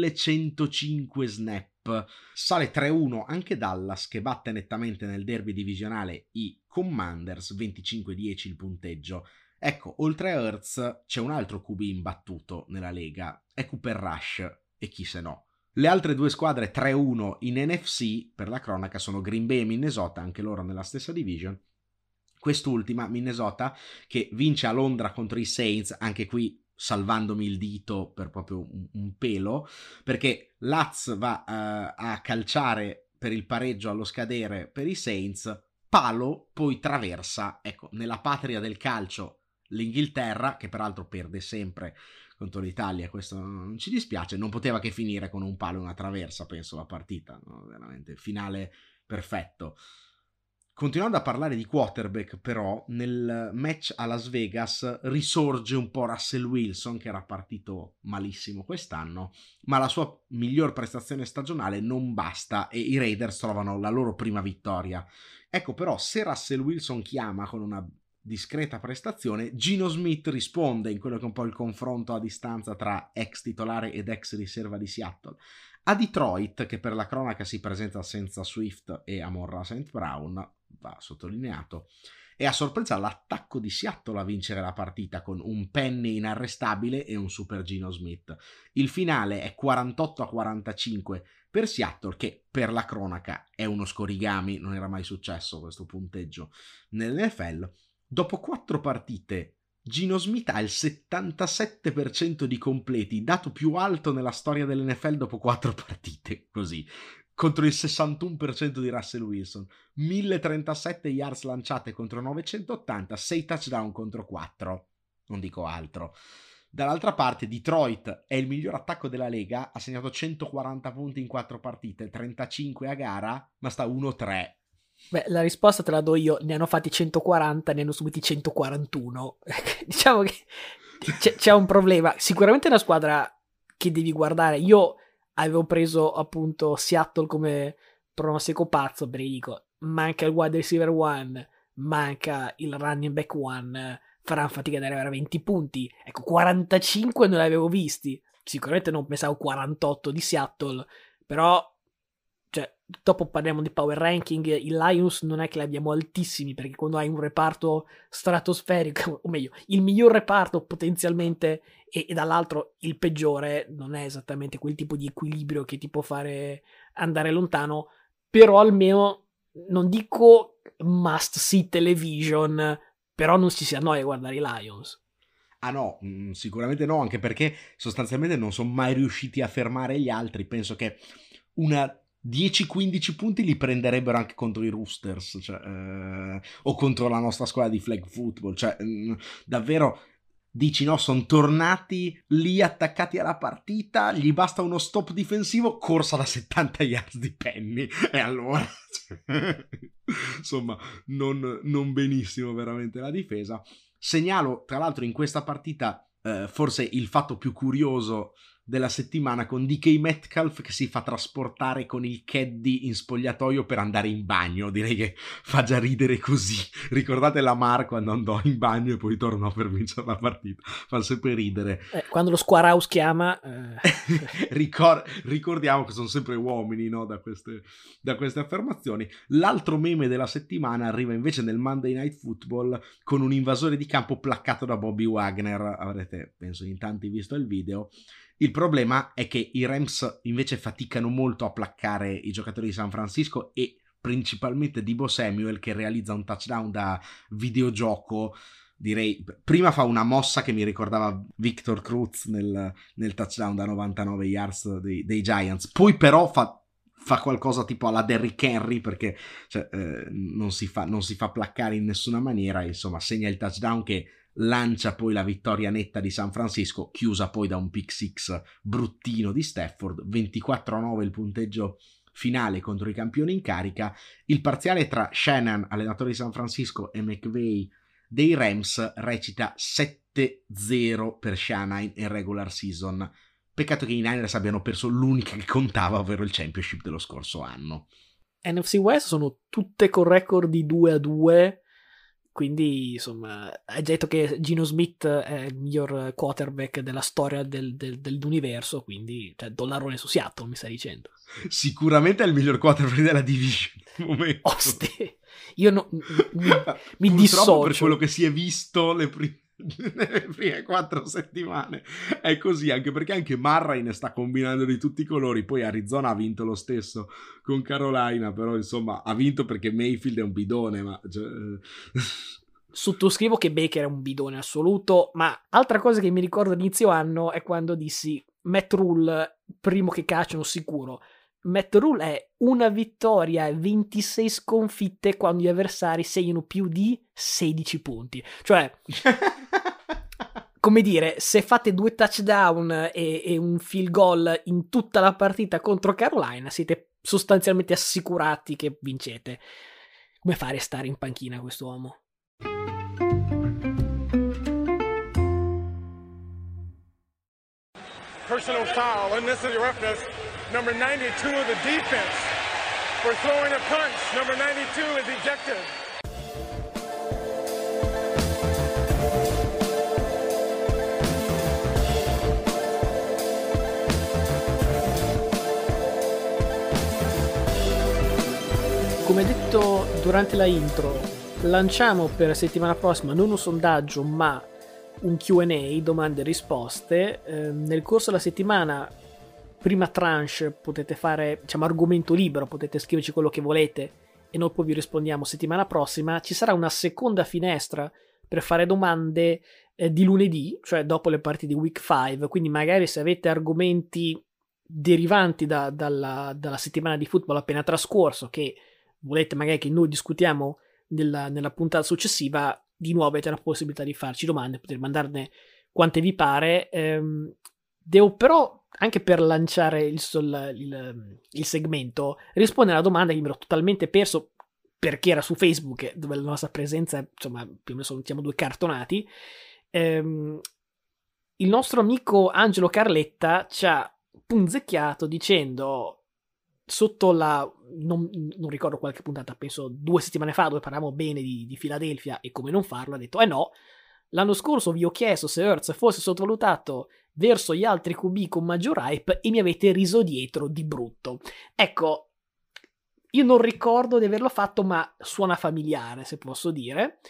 1105 snap. Sale 3-1 anche Dallas, che batte nettamente nel derby divisionale i Commanders, 25-10 il punteggio. Ecco, oltre a Hurts c'è un altro QB imbattuto nella Lega, è Cooper Rush, e chi se no. Le altre due squadre 3-1 in NFC, per la cronaca, sono Green Bay e Minnesota, anche loro nella stessa division. Quest'ultima, Minnesota, che vince a Londra contro i Saints, anche qui salvandomi il dito per proprio un pelo, perché Laz va a calciare per il pareggio allo scadere per i Saints, palo, poi traversa, ecco, nella patria del calcio, l'Inghilterra, che peraltro perde sempre contro l'Italia, questo non ci dispiace, non poteva che finire con un palo e una traversa, penso, la partita, no? Veramente, finale perfetto. Continuando a parlare di quarterback, però, nel match a Las Vegas risorge un po' Russell Wilson, che era partito malissimo quest'anno, ma la sua miglior prestazione stagionale non basta e i Raiders trovano la loro prima vittoria. Ecco però, se Russell Wilson chiama con una discreta prestazione, Geno Smith risponde in quello che è un po' il confronto a distanza tra ex titolare ed ex riserva di Seattle. A Detroit, che per la cronaca si presenta senza Swift e Amon-Ra St. Brown, va sottolineato, e a sorpresa l'attacco di Seattle a vincere la partita con un Penny inarrestabile e un super Geno Smith. Il finale è 48-45 per Seattle, che per la cronaca è uno scorigami, non era mai successo questo punteggio nell'NFL. Dopo 4 partite Geno Smith ha il 77% di completi, dato più alto nella storia dell'NFL dopo 4 partite, così, contro il 61% di Russell Wilson, 1037 yards lanciate contro 980, 6 touchdown contro 4, non dico altro. Dall'altra parte Detroit è il miglior attacco della Lega, ha segnato 140 punti in 4 partite, 35 a gara, ma sta 1-3. Beh, la risposta te la do io, ne hanno fatti 140, ne hanno subiti 141. Diciamo che c'è un problema. Sicuramente è una squadra che devi guardare. Io avevo preso appunto Seattle come pronostico pazzo, perché dico, manca il wide receiver 1, manca il running back 1, faranno fatica ad arrivare a 20 punti. Ecco, 45 non li avevo visti. Sicuramente non pensavo 48 di Seattle, però cioè, dopo parliamo di power ranking, i Lions non è che li abbiamo altissimi, perché quando hai un reparto stratosferico, o meglio, il miglior reparto potenzialmente e dall'altro il peggiore, non è esattamente quel tipo di equilibrio che ti può fare andare lontano, però almeno, non dico must see television, però non si annoia a guardare i Lions. Ah no, sicuramente no, anche perché sostanzialmente non sono mai riusciti a fermare gli altri. Penso che una 10-15 punti li prenderebbero anche contro i Roosters, cioè, o contro la nostra squadra di flag football, cioè davvero dici no, sono tornati lì attaccati alla partita, gli basta uno stop difensivo, corsa da 70 yards di Penny e allora insomma non benissimo veramente la difesa. Segnalo tra l'altro in questa partita forse il fatto più curioso della settimana, con DK Metcalf che si fa trasportare con il caddy in spogliatoio per andare in bagno. Direi che fa già ridere così. Ricordate Lamar quando andò in bagno e poi tornò per vincere la partita? Fa sempre ridere. Quando lo Square House chiama ricordiamo che sono sempre uomini, no? da queste affermazioni. L'altro meme della settimana arriva invece nel Monday Night Football con un invasore di campo placcato da Bobby Wagner. Avrete penso in tanti visto il video. Il problema è che i Rams invece faticano molto a placcare i giocatori di San Francisco e principalmente Deebo Samuel, che realizza un touchdown da videogioco. Direi, prima fa una mossa che mi ricordava Victor Cruz nel touchdown da 99 yards dei Giants, poi però fa qualcosa tipo alla Derrick Henry, perché cioè, non si fa placcare in nessuna maniera, insomma segna il touchdown che lancia poi la vittoria netta di San Francisco, chiusa poi da un pick six bruttino di Stafford. 24-9 il punteggio finale contro i campioni in carica. Il parziale tra Shanahan, allenatore di San Francisco, e McVay dei Rams recita 7-0 per Shanahan in regular season. Peccato che i Niners abbiano perso l'unica che contava, ovvero il championship dello scorso anno. NFC West sono tutte con record di 2-2, quindi insomma hai detto che Geno Smith è il miglior quarterback della storia dell'universo, quindi cioè, dollarone su Seattle mi stai dicendo. Sicuramente è il miglior quarterback della division al momento. Oste, io mi dissocio. Per quello che si è visto nelle prime 4 settimane è così, anche perché anche Murray ne sta combinando di tutti i colori. Poi Arizona ha vinto lo stesso con Carolina, però insomma ha vinto perché Mayfield è un bidone, ma sottoscrivo che Baker è un bidone assoluto, ma altra cosa che mi ricordo all'inizio anno è quando dissi Matt Rule primo che cacciano sicuro. Matt Rule è una vittoria e 26 sconfitte quando gli avversari segnano più di 16 punti. Cioè, come dire, se fate 2 touchdown e un field goal in tutta la partita contro Carolina, siete sostanzialmente assicurati che vincete. Come fare a stare in panchina quest'uomo? Personal foul, unnecessary roughness. Number 92 of the defense for throwing a punch. Number 92 is ejected. Come detto durante la intro, lanciamo per la settimana prossima non un sondaggio ma un Q&A, domande e risposte. Nel corso della settimana, prima tranche, potete fare, diciamo, argomento libero, potete scriverci quello che volete e noi poi vi rispondiamo settimana prossima. Ci sarà una seconda finestra per fare domande di lunedì, cioè dopo le partite di Week 5, quindi magari se avete argomenti derivanti dalla settimana di football appena trascorso che volete magari che noi discutiamo nella puntata successiva, di nuovo avete la possibilità di farci domande, potete mandarne quante vi pare. Devo però, anche per lanciare il segmento, rispondere alla domanda che mi ero totalmente perso perché era su Facebook, dove la nostra presenza, insomma, più o meno siamo 2 cartonati. Il nostro amico Angelo Carletta ci ha punzecchiato dicendo sotto non ricordo qualche puntata, penso 2 settimane fa, dove parlavamo bene di Philadelphia e come non farlo, ha detto no, l'anno scorso vi ho chiesto se Hurts fosse sottovalutato verso gli altri QB con maggior hype e mi avete riso dietro di brutto. Ecco, io non ricordo di averlo fatto, ma suona familiare, se posso dire,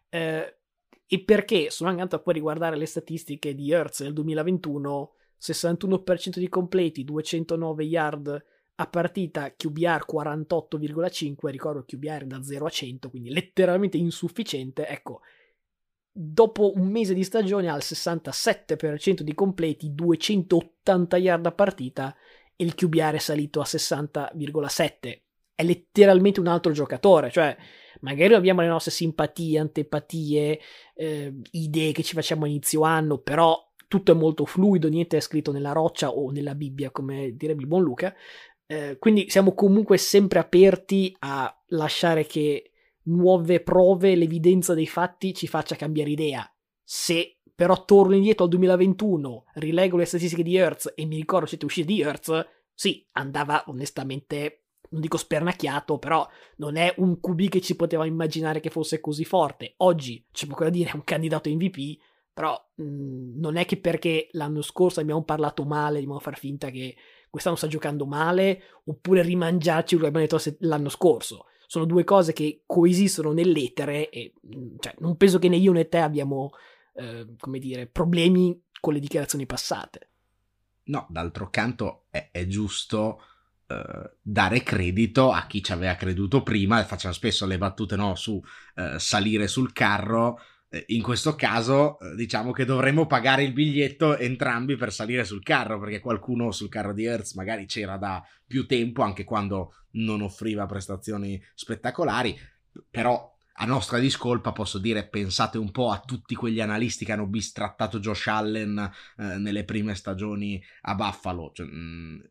e perché sono andato a poi riguardare le statistiche di Hurts nel 2021, 61% di completi, 209 yard a partita, QBR 48,5, ricordo QBR da 0 a 100, quindi letteralmente insufficiente. Ecco, dopo un mese di stagione ha il 67% di completi, 280 yard a partita e il QBR è salito a 60,7. È letteralmente un altro giocatore, cioè magari abbiamo le nostre simpatie, antipatie, idee che ci facciamo a inizio anno, però tutto è molto fluido, niente è scritto nella roccia o nella Bibbia, come direbbe il buon Luca. Quindi siamo comunque sempre aperti a lasciare che nuove prove, l'evidenza dei fatti ci faccia cambiare idea. Se però torno indietro al 2021, rileggo le statistiche di Hurts e mi ricordo siete uscite di Hurts, sì, andava onestamente, non dico spernacchiato, però non è un QB che ci poteva immaginare che fosse così forte. Oggi c'è poco da dire, è un candidato MVP, però non è che perché l'anno scorso abbiamo parlato male dobbiamo far finta che quest'anno sta giocando male, oppure rimangiarci quello che abbiamo detto l'anno scorso. Sono 2 cose che coesistono nell'etere e cioè, non penso che né io né te abbiamo come dire, problemi con le dichiarazioni passate. No, d'altro canto è giusto dare credito a chi ci aveva creduto prima, e facciamo spesso le battute, no, su salire sul carro. In questo caso diciamo che dovremmo pagare il biglietto entrambi per salire sul carro, perché qualcuno sul carro di Hurts magari c'era da più tempo, anche quando non offriva prestazioni spettacolari. Però a nostra discolpa posso dire, pensate un po' a tutti quegli analisti che hanno bistrattato Josh Allen nelle prime stagioni a Buffalo, cioè,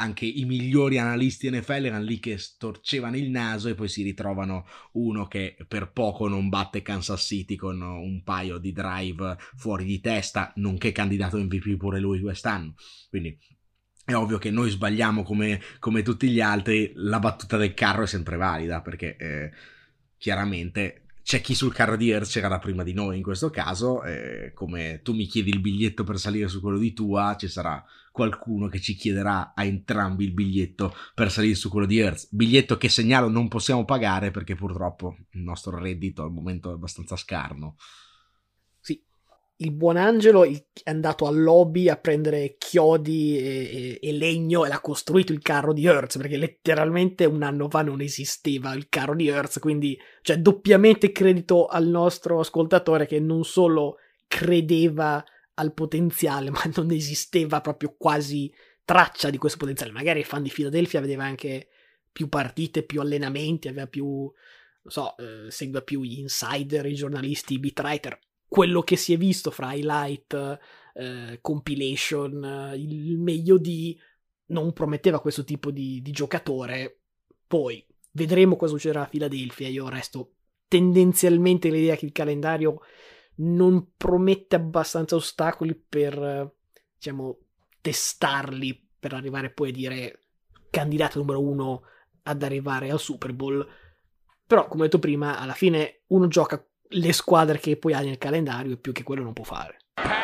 anche i migliori analisti NFL erano lì che storcevano il naso e poi si ritrovano uno che per poco non batte Kansas City con un paio di drive fuori di testa, nonché candidato MVP pure lui quest'anno. Quindi è ovvio che noi sbagliamo come tutti gli altri, la battuta del carro è sempre valida, perché chiaramente c'è chi sul carro di Hertz c'era prima di noi in questo caso, come tu mi chiedi il biglietto per salire su quello di Tua, ci sarà qualcuno che ci chiederà a entrambi il biglietto per salire su quello di Hertz, biglietto che segnalo non possiamo pagare perché purtroppo il nostro reddito al momento è abbastanza scarno. Sì, il buon Angelo è andato al lobby a prendere chiodi e legno e l'ha costruito il carro di Hertz, perché letteralmente un anno fa non esisteva il carro di Hertz, quindi cioè doppiamente credito al nostro ascoltatore che non solo credeva al potenziale, ma non esisteva proprio quasi traccia di questo potenziale. Magari il fan di Philadelphia vedeva anche più partite, più allenamenti, aveva più, non so, seguiva più gli insider, i giornalisti, i beat writer. Quello che si è visto fra highlight, compilation, il meglio di non prometteva questo tipo di giocatore. Poi vedremo cosa succederà a Philadelphia. Io resto tendenzialmente l'idea che il calendario non promette abbastanza ostacoli per, diciamo, testarli per arrivare poi a dire candidato numero 1 ad arrivare al Super Bowl. Però, come ho detto prima, alla fine uno gioca le squadre che poi ha nel calendario e più che quello non può fare.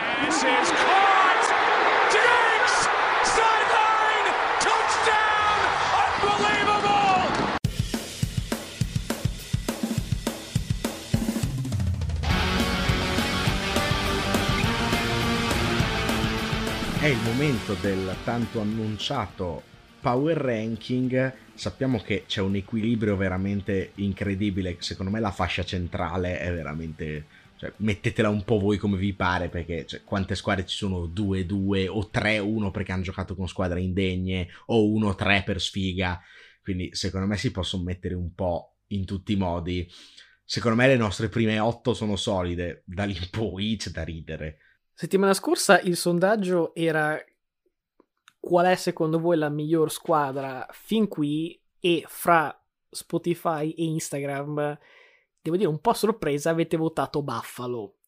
È il momento del tanto annunciato power ranking. Sappiamo che c'è un equilibrio veramente incredibile, secondo me la fascia centrale è veramente, cioè, mettetela un po' voi come vi pare, perché cioè, quante squadre ci sono? 2-2 o 3-1 perché hanno giocato con squadre indegne, o 1-3 per sfiga, quindi secondo me si possono mettere un po' in tutti i modi. Secondo me le nostre prime 8 sono solide, da lì in poi c'è da ridere. Settimana scorsa il sondaggio era qual è secondo voi la miglior squadra fin qui, e fra Spotify e Instagram, devo dire un po' sorpresa, avete votato Buffalo.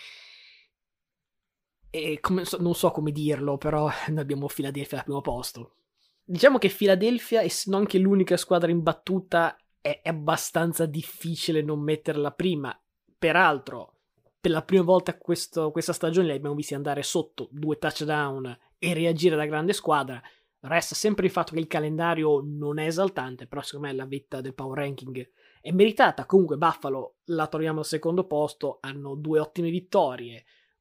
E non so come dirlo, però noi abbiamo Philadelphia al primo posto. Diciamo che Philadelphia, essendo anche l'unica squadra imbattuta, è abbastanza difficile non metterla prima. Peraltro, per la prima volta questa stagione li abbiamo visti andare sotto 2 touchdown e reagire da grande squadra. Resta sempre il fatto che il calendario non è esaltante, però secondo me la vetta del power ranking è meritata. Comunque Buffalo la troviamo al secondo posto, hanno 2 ottime vittorie,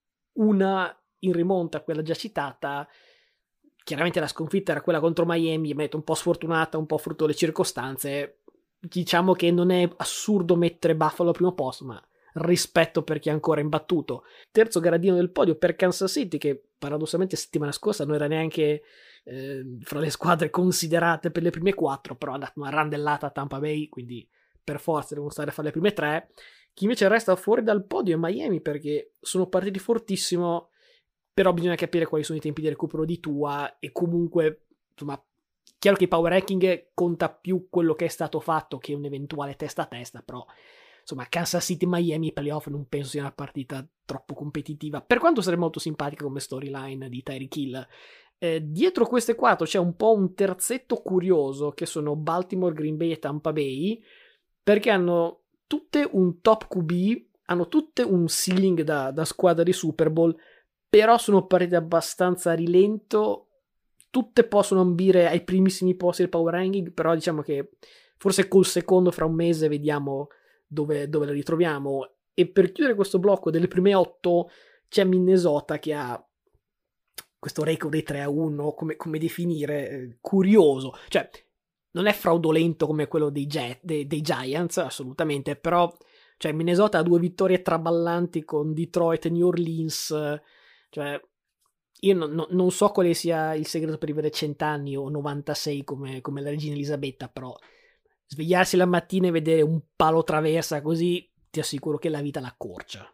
una in rimonta, quella già citata. Chiaramente la sconfitta era quella contro Miami, un po' sfortunata, un po' frutto delle circostanze. Diciamo che non è assurdo mettere Buffalo al primo posto, ma rispetto per chi è ancora imbattuto. Terzo gradino del podio per Kansas City, che paradossalmente settimana scorsa non era neanche fra le squadre considerate per le prime 4, però ha dato una randellata a Tampa Bay, quindi per forza devono stare a fare le prime 3. Chi invece resta fuori dal podio è Miami, perché sono partiti fortissimo, però bisogna capire quali sono i tempi di recupero di Tua, e comunque, insomma, chiaro che il power ranking conta più quello che è stato fatto che un eventuale testa a testa, però insomma Kansas City-Miami playoff non penso sia una partita troppo competitiva, per quanto sarebbe molto simpatica come storyline di Tyreek Hill. Dietro queste 4 c'è un po' un terzetto curioso, che sono Baltimore, Green Bay e Tampa Bay, perché hanno tutte un top QB, hanno tutte un ceiling da squadra di Super Bowl, però sono partite abbastanza a rilento. Tutte possono ambire ai primissimi posti del power ranking, però diciamo che forse col secondo fra un mese vediamo dove la ritroviamo. E per chiudere questo blocco delle prime 8 c'è Minnesota, che ha questo record di 3-1, come definire, curioso, cioè non è fraudolento come quello dei Giants, assolutamente, però cioè Minnesota ha 2 vittorie traballanti con Detroit e New Orleans. Cioè io non so quale sia il segreto per vivere 100 anni o 96 come la regina Elisabetta, però svegliarsi la mattina e vedere un palo traversa così, ti assicuro che la vita l'accorcia.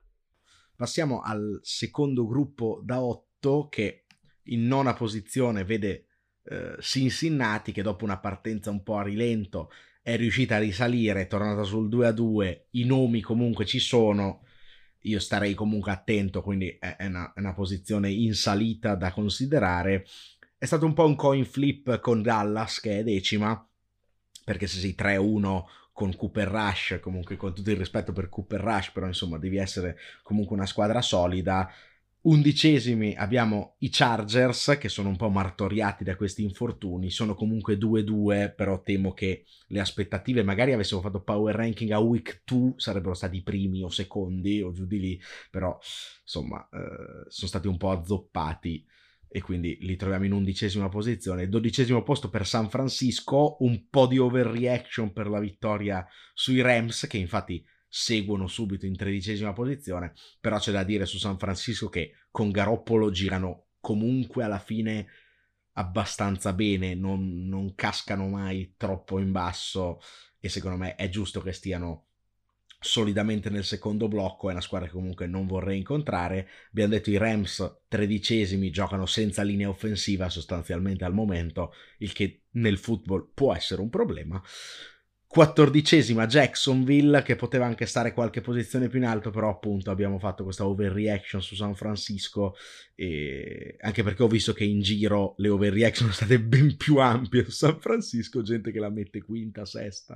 Passiamo al secondo gruppo da 8, che in nona posizione vede Cincinnati, che dopo una partenza un po' a rilento è riuscita a risalire, è tornata sul 2-2, i nomi comunque ci sono, io starei comunque attento, quindi è una posizione in salita da considerare. È stato un po' un coin flip con Dallas, che è decima, perché se sei 3-1 con Cooper Rush, comunque con tutto il rispetto per Cooper Rush, però insomma devi essere comunque una squadra solida. 11esimi abbiamo i Chargers, che sono un po' martoriati da questi infortuni, sono comunque 2-2, però temo che le aspettative, magari avessimo fatto power ranking a week 2, sarebbero stati primi o secondi o giù di lì, però insomma sono stati un po' azzoppati e quindi li troviamo in 11ª posizione. 12° posto per San Francisco, un po' di overreaction per la vittoria sui Rams, che infatti seguono subito in 13ª posizione, però c'è da dire su San Francisco che con Garoppolo girano comunque alla fine abbastanza bene, non cascano mai troppo in basso e secondo me è giusto che stiano solidamente nel secondo blocco. È una squadra che comunque non vorrei incontrare. Abbiamo detto i Rams 13esimi, giocano senza linea offensiva sostanzialmente al momento, il che nel football può essere un problema. 14esima Jacksonville, che poteva anche stare qualche posizione più in alto, però appunto abbiamo fatto questa overreaction su San Francisco, e anche perché ho visto che in giro le overreaction sono state ben più ampie su San Francisco, gente che la mette quinta, sesta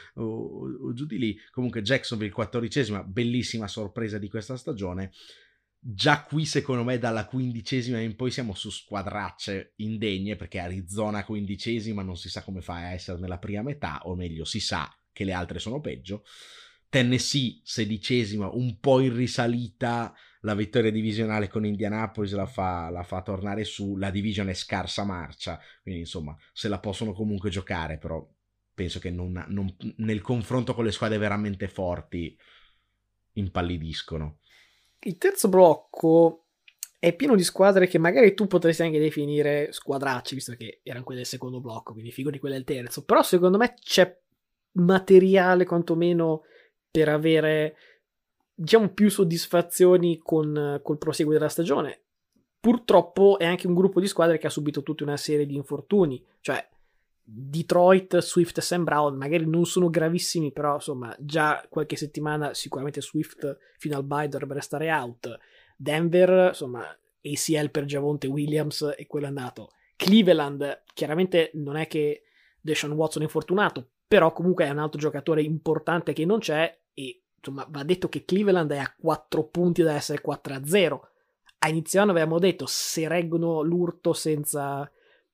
o giù di lì. Comunque Jacksonville 14esima, bellissima sorpresa di questa stagione. Già qui secondo me dalla 15esima in poi siamo su squadracce indegne, perché Arizona 15esima non si sa come fa a essere nella prima metà, o meglio si sa che le altre sono peggio. Tennessee 16esima, un po' in risalita, la vittoria divisionale con Indianapolis la fa tornare su, la division è scarsa marcia, quindi insomma se la possono comunque giocare, però penso che nel confronto con le squadre veramente forti impallidiscono. Il terzo blocco è pieno di squadre che magari tu potresti anche definire squadracci, visto che erano quelle del secondo blocco, quindi figuri quelle del terzo, però secondo me c'è materiale quantomeno per avere, diciamo, più soddisfazioni col proseguo della stagione. Purtroppo è anche un gruppo di squadre che ha subito tutta una serie di infortuni, cioè Detroit, Swift e Sam Brown magari non sono gravissimi, però insomma già qualche settimana sicuramente Swift fino al bye dovrebbe restare out. Denver, insomma, ACL per Javonte Williams e quello è andato. Cleveland, chiaramente non è che Deshaun Watson è infortunato, però comunque è un altro giocatore importante che non c'è, e insomma va detto che Cleveland è a 4 punti da essere 4-0. A inizio anno avevamo detto se reggono l'urto senza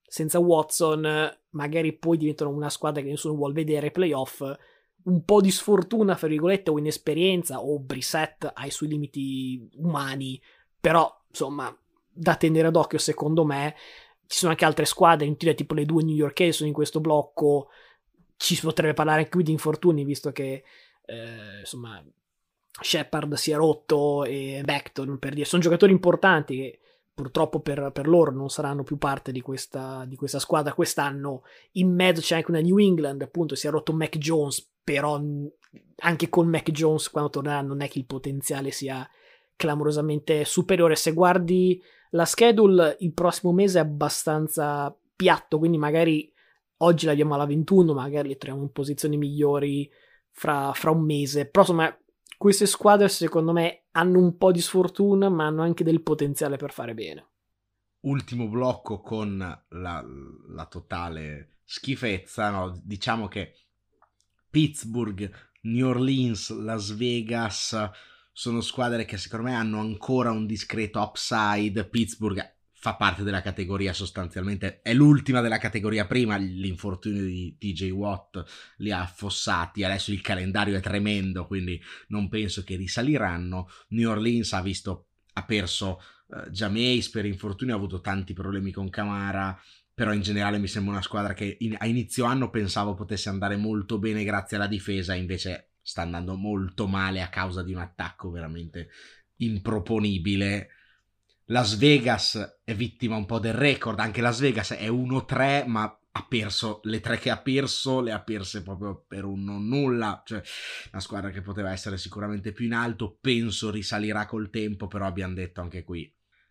Watson magari poi diventano una squadra che nessuno vuole vedere ai playoff. Un po' di sfortuna, fra virgolette, o inesperienza, o Brissett ha i suoi limiti umani, però insomma da tenere d'occhio secondo me. Ci sono anche altre squadre in teoria, tipo le due newyorkesi sono in questo blocco, ci potrebbe parlare anche qui di infortuni, visto che insomma Shepard si è rotto e Beckton, per dire, sono giocatori importanti che purtroppo per loro non saranno più parte di questa squadra quest'anno. In mezzo c'è anche una New England, appunto si è rotto Mac Jones, però anche con Mac Jones quando tornerà non è che il potenziale sia clamorosamente superiore. Se guardi la schedule il prossimo mese è abbastanza piatto, quindi magari oggi l'abbiamo alla 21, magari le troviamo in posizioni migliori fra un mese, però insomma queste squadre secondo me hanno un po' di sfortuna ma hanno anche del potenziale per fare bene. Ultimo blocco con la totale schifezza, no? Diciamo che Pittsburgh, New Orleans, Las Vegas sono squadre che secondo me hanno ancora un discreto upside. Pittsburgh fa parte della categoria, sostanzialmente è l'ultima della categoria prima, l'infortunio di TJ Watt li ha affossati, adesso il calendario è tremendo, quindi non penso che risaliranno. New Orleans ha perso Jameis per infortunio, ha avuto tanti problemi con Kamara, però in generale mi sembra una squadra che a inizio anno pensavo potesse andare molto bene grazie alla difesa, invece sta andando molto male a causa di un attacco veramente improponibile. Las Vegas è vittima un po' del record, anche Las Vegas è 1-3, ma ha perso le 3 che ha perso, le ha perse proprio per un non nulla, cioè una squadra che poteva essere sicuramente più in alto, penso risalirà col tempo, però abbiamo detto anche qui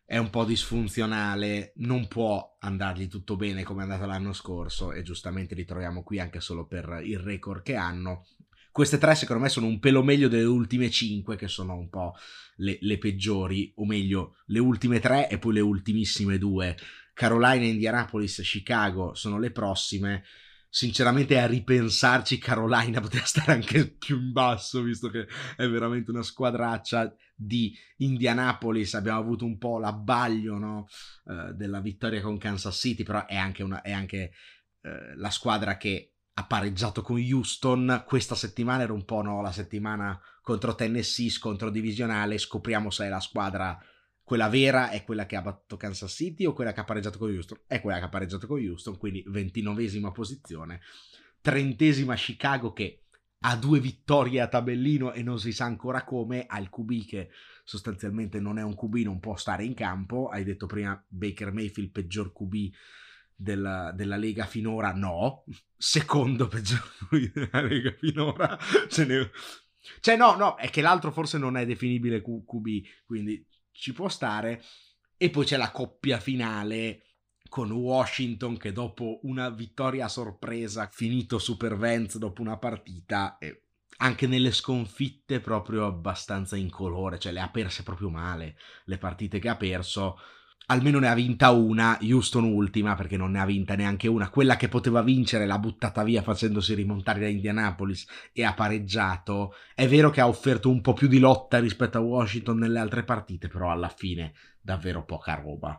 è un po' disfunzionale, non può andargli tutto bene come è andato l'anno scorso, e giustamente li troviamo qui anche solo per il record che hanno. Queste 3 secondo me sono un pelo meglio delle ultime 5, che sono un po' le peggiori, o meglio le ultime 3 e poi le ultimissime 2. Carolina, Indianapolis, Chicago sono le prossime. Sinceramente, a ripensarci, Carolina poteva stare anche più in basso, visto che è veramente una squadraccia. Di Indianapolis abbiamo avuto un po' l'abbaglio, no? Della vittoria con Kansas City, però è anche la squadra che ha pareggiato con Houston. Questa settimana era un po', no, la settimana contro Tennessee, scontro divisionale, scopriamo se è la squadra, quella vera è quella che ha battuto Kansas City o quella che ha pareggiato con Houston. È quella che ha pareggiato con Houston, quindi 29esima posizione. 30esima Chicago, che ha 2 vittorie a tabellino e non si sa ancora come, ha il QB che sostanzialmente non è un QB, non può stare in campo. Hai detto prima Baker Mayfield, peggior QB della Lega finora. No, secondo peggior QB della Lega finora. Cioè no, è che l'altro forse non è definibile QB, quindi ci può stare. E poi c'è la coppia finale con Washington, che dopo una vittoria a sorpresa, finito Super Vance dopo una partita, e anche nelle sconfitte proprio abbastanza incolore, cioè le ha perse proprio male le partite che ha perso. Almeno ne ha vinta una, Houston ultima, perché non ne ha vinta neanche una. Quella che poteva vincere l'ha buttata via facendosi rimontare da Indianapolis e ha pareggiato. È vero che ha offerto un po' più di lotta rispetto a Washington nelle altre partite, però alla fine davvero poca roba.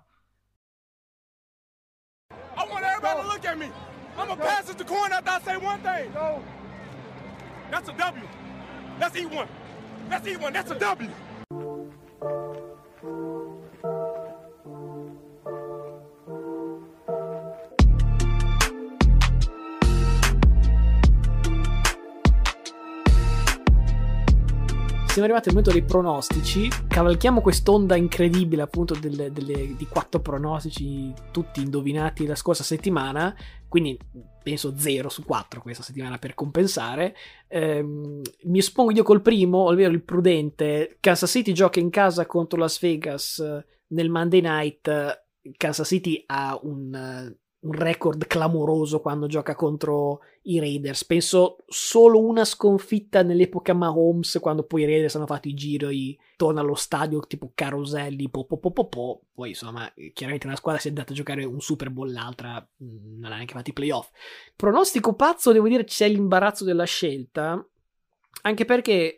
I want everybody to look at me. I'm gonna pass it to Corn after I say one thing. That's a W. Let's eat one. Let's eat one. That's a W. Siamo arrivati al momento dei pronostici. Cavalchiamo quest'onda incredibile appunto di 4 pronostici tutti indovinati la scorsa settimana, quindi penso 0 su 4 questa settimana per compensare. Mi espongo io col primo, ovvero il prudente. Kansas City gioca in casa contro Las Vegas nel Monday Night. Kansas City ha un record clamoroso quando gioca contro i Raiders. Penso solo una sconfitta nell'epoca Mahomes, quando poi i Raiders hanno fatto i giri torna allo stadio tipo caroselli, poi insomma chiaramente una squadra si è andata a giocare un Super Bowl, l'altra non ha neanche fatto i playoff. Pronostico pazzo, devo dire c'è l'imbarazzo della scelta, anche perché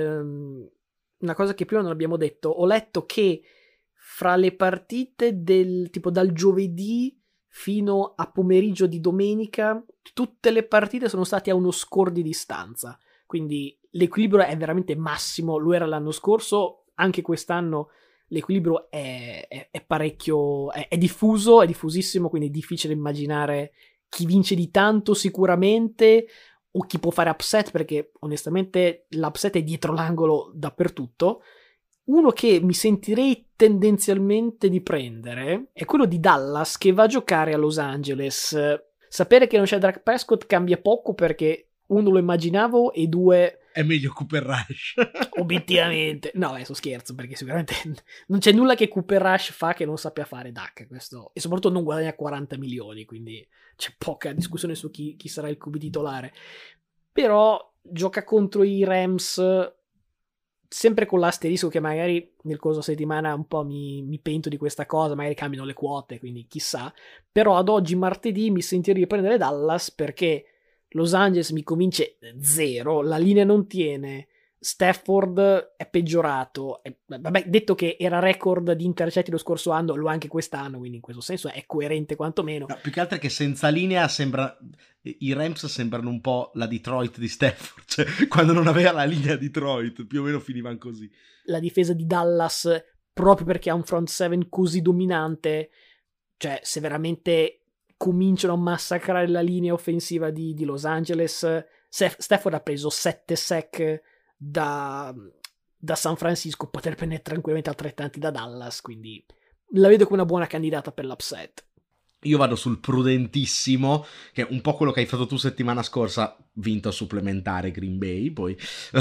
una cosa che prima non abbiamo detto, ho letto che fra le partite del tipo dal giovedì fino a pomeriggio di domenica tutte le partite sono state a uno score di distanza, quindi l'equilibrio è veramente massimo. Lo era l'anno scorso, anche quest'anno l'equilibrio è parecchio, è diffuso, è diffusissimo, quindi è difficile immaginare chi vince di tanto sicuramente o chi può fare upset, perché onestamente l'upset è dietro l'angolo dappertutto. Uno che mi sentirei tendenzialmente di prendere è quello di Dallas, che va a giocare a Los Angeles. Sapere che non c'è Dak Prescott cambia poco, perché uno lo immaginavo e due è meglio Cooper Rush. Obiettivamente no, adesso scherzo, perché sicuramente non c'è nulla che Cooper Rush fa che non sappia fare Dak, questo, e soprattutto non guadagna 40 milioni, quindi c'è poca discussione su chi sarà il QB titolare. Però gioca contro i Rams, sempre con l'asterisco che magari nel corso della settimana un po' mi pento di questa cosa, magari cambiano le quote, quindi chissà. Però ad oggi, martedì, mi sentirei di prendere Dallas, perché Los Angeles mi convince 0, la linea non tiene, Stafford è peggiorato, vabbè, detto che era record di intercetti lo scorso anno, lo è anche quest'anno, quindi in questo senso è coerente quantomeno. No, più che altro è che senza linea i Rams sembrano un po' la Detroit di Stafford, cioè quando non aveva la linea Detroit più o meno finivano così. La difesa di Dallas, proprio perché ha un front seven così dominante, cioè se veramente cominciano a massacrare la linea offensiva di Los Angeles, Stafford ha preso 7 sack da San Francisco, poter prendere tranquillamente altrettanti da Dallas, quindi la vedo come una buona candidata per l'upset. Io vado sul prudentissimo, che è un po' quello che hai fatto tu settimana scorsa, vinto a supplementare Green Bay, poi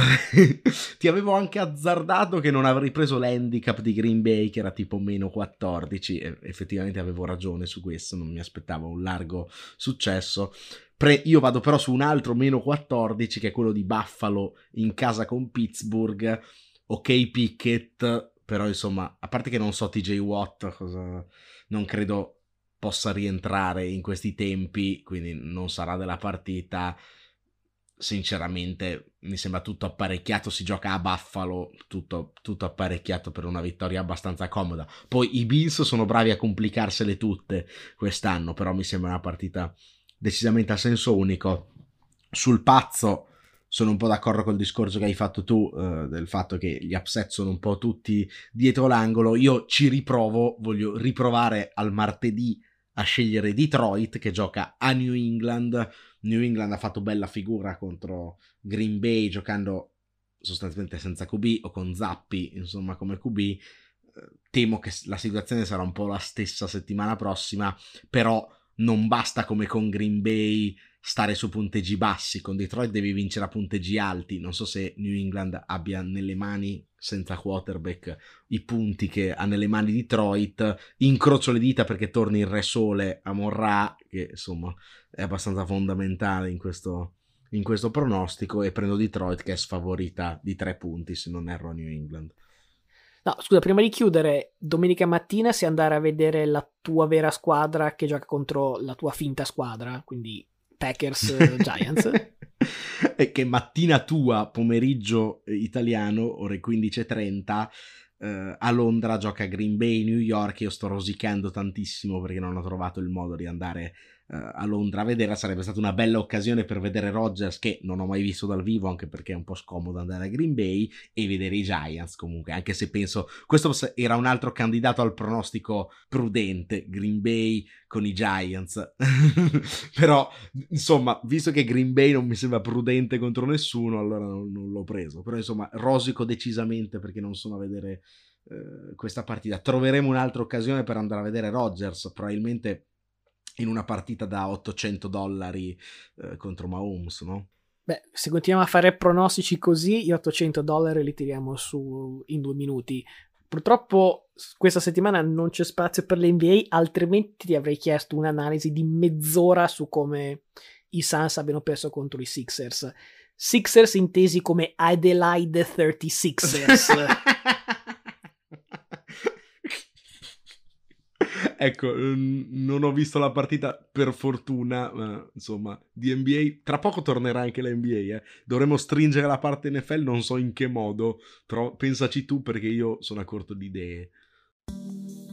ti avevo anche azzardato che non avrei preso l'handicap di Green Bay, che era tipo meno 14, e effettivamente avevo ragione su questo, non mi aspettavo un largo successo. Io vado però su un altro meno 14, che è quello di Buffalo in casa con Pittsburgh. Ok Pickett, però insomma, a parte che non so TJ Watt, non credo possa rientrare in questi tempi, quindi non sarà della partita. Sinceramente mi sembra tutto apparecchiato, si gioca a Buffalo, tutto apparecchiato per una vittoria abbastanza comoda. Poi i Bills sono bravi a complicarsele tutte quest'anno, però mi sembra una partita decisamente a senso unico. Sul pazzo sono un po' d'accordo col discorso che hai fatto tu, del fatto che gli upset sono un po' tutti dietro l'angolo. Io ci riprovo, voglio riprovare al martedì a scegliere Detroit, che gioca a New England. New England ha fatto bella figura contro Green Bay giocando sostanzialmente senza QB o con Zappi, insomma, come QB. Temo che la situazione sarà un po' la stessa settimana prossima, però non basta come con Green Bay stare su punteggi bassi. Con Detroit devi vincere a punteggi alti. Non so se New England abbia nelle mani, senza quarterback, i punti che ha nelle mani Detroit. Incrocio le dita perché torni il Re Sole a Monra, che insomma è abbastanza fondamentale in questo pronostico, e prendo Detroit, che è sfavorita di 3 punti se non erro a New England. No, scusa, prima di chiudere, domenica mattina sai andare a vedere la tua vera squadra che gioca contro la tua finta squadra, quindi Packers Giants. E che mattina tua, pomeriggio italiano, ore 15:30, a Londra gioca Green Bay, New York. Io sto rosicando tantissimo perché non ho trovato il modo di andare a Londra a vedere. Sarebbe stata una bella occasione per vedere Rodgers, che non ho mai visto dal vivo, anche perché è un po' scomodo andare a Green Bay, e vedere i Giants comunque, anche se penso questo era un altro candidato al pronostico prudente, Green Bay con i Giants. Però insomma, visto che Green Bay non mi sembra prudente contro nessuno, allora non l'ho preso. Però insomma, rosico decisamente perché non sono a vedere questa partita. Troveremo un'altra occasione per andare a vedere Rodgers, probabilmente in una partita da $800 contro Mahomes, no? Beh, se continuiamo a fare pronostici così, gli $800 li tiriamo su in 2 minuti. Purtroppo questa settimana non c'è spazio per l'NBA, altrimenti ti avrei chiesto un'analisi di mezz'ora su come i Suns abbiano perso contro i Sixers. Sixers intesi come Adelaide 36ers. Ecco, non ho visto la partita per fortuna, ma insomma, di NBA. Tra poco tornerà anche la NBA, Dovremmo stringere la parte NFL, non so in che modo, però pensaci tu perché io sono a corto di idee.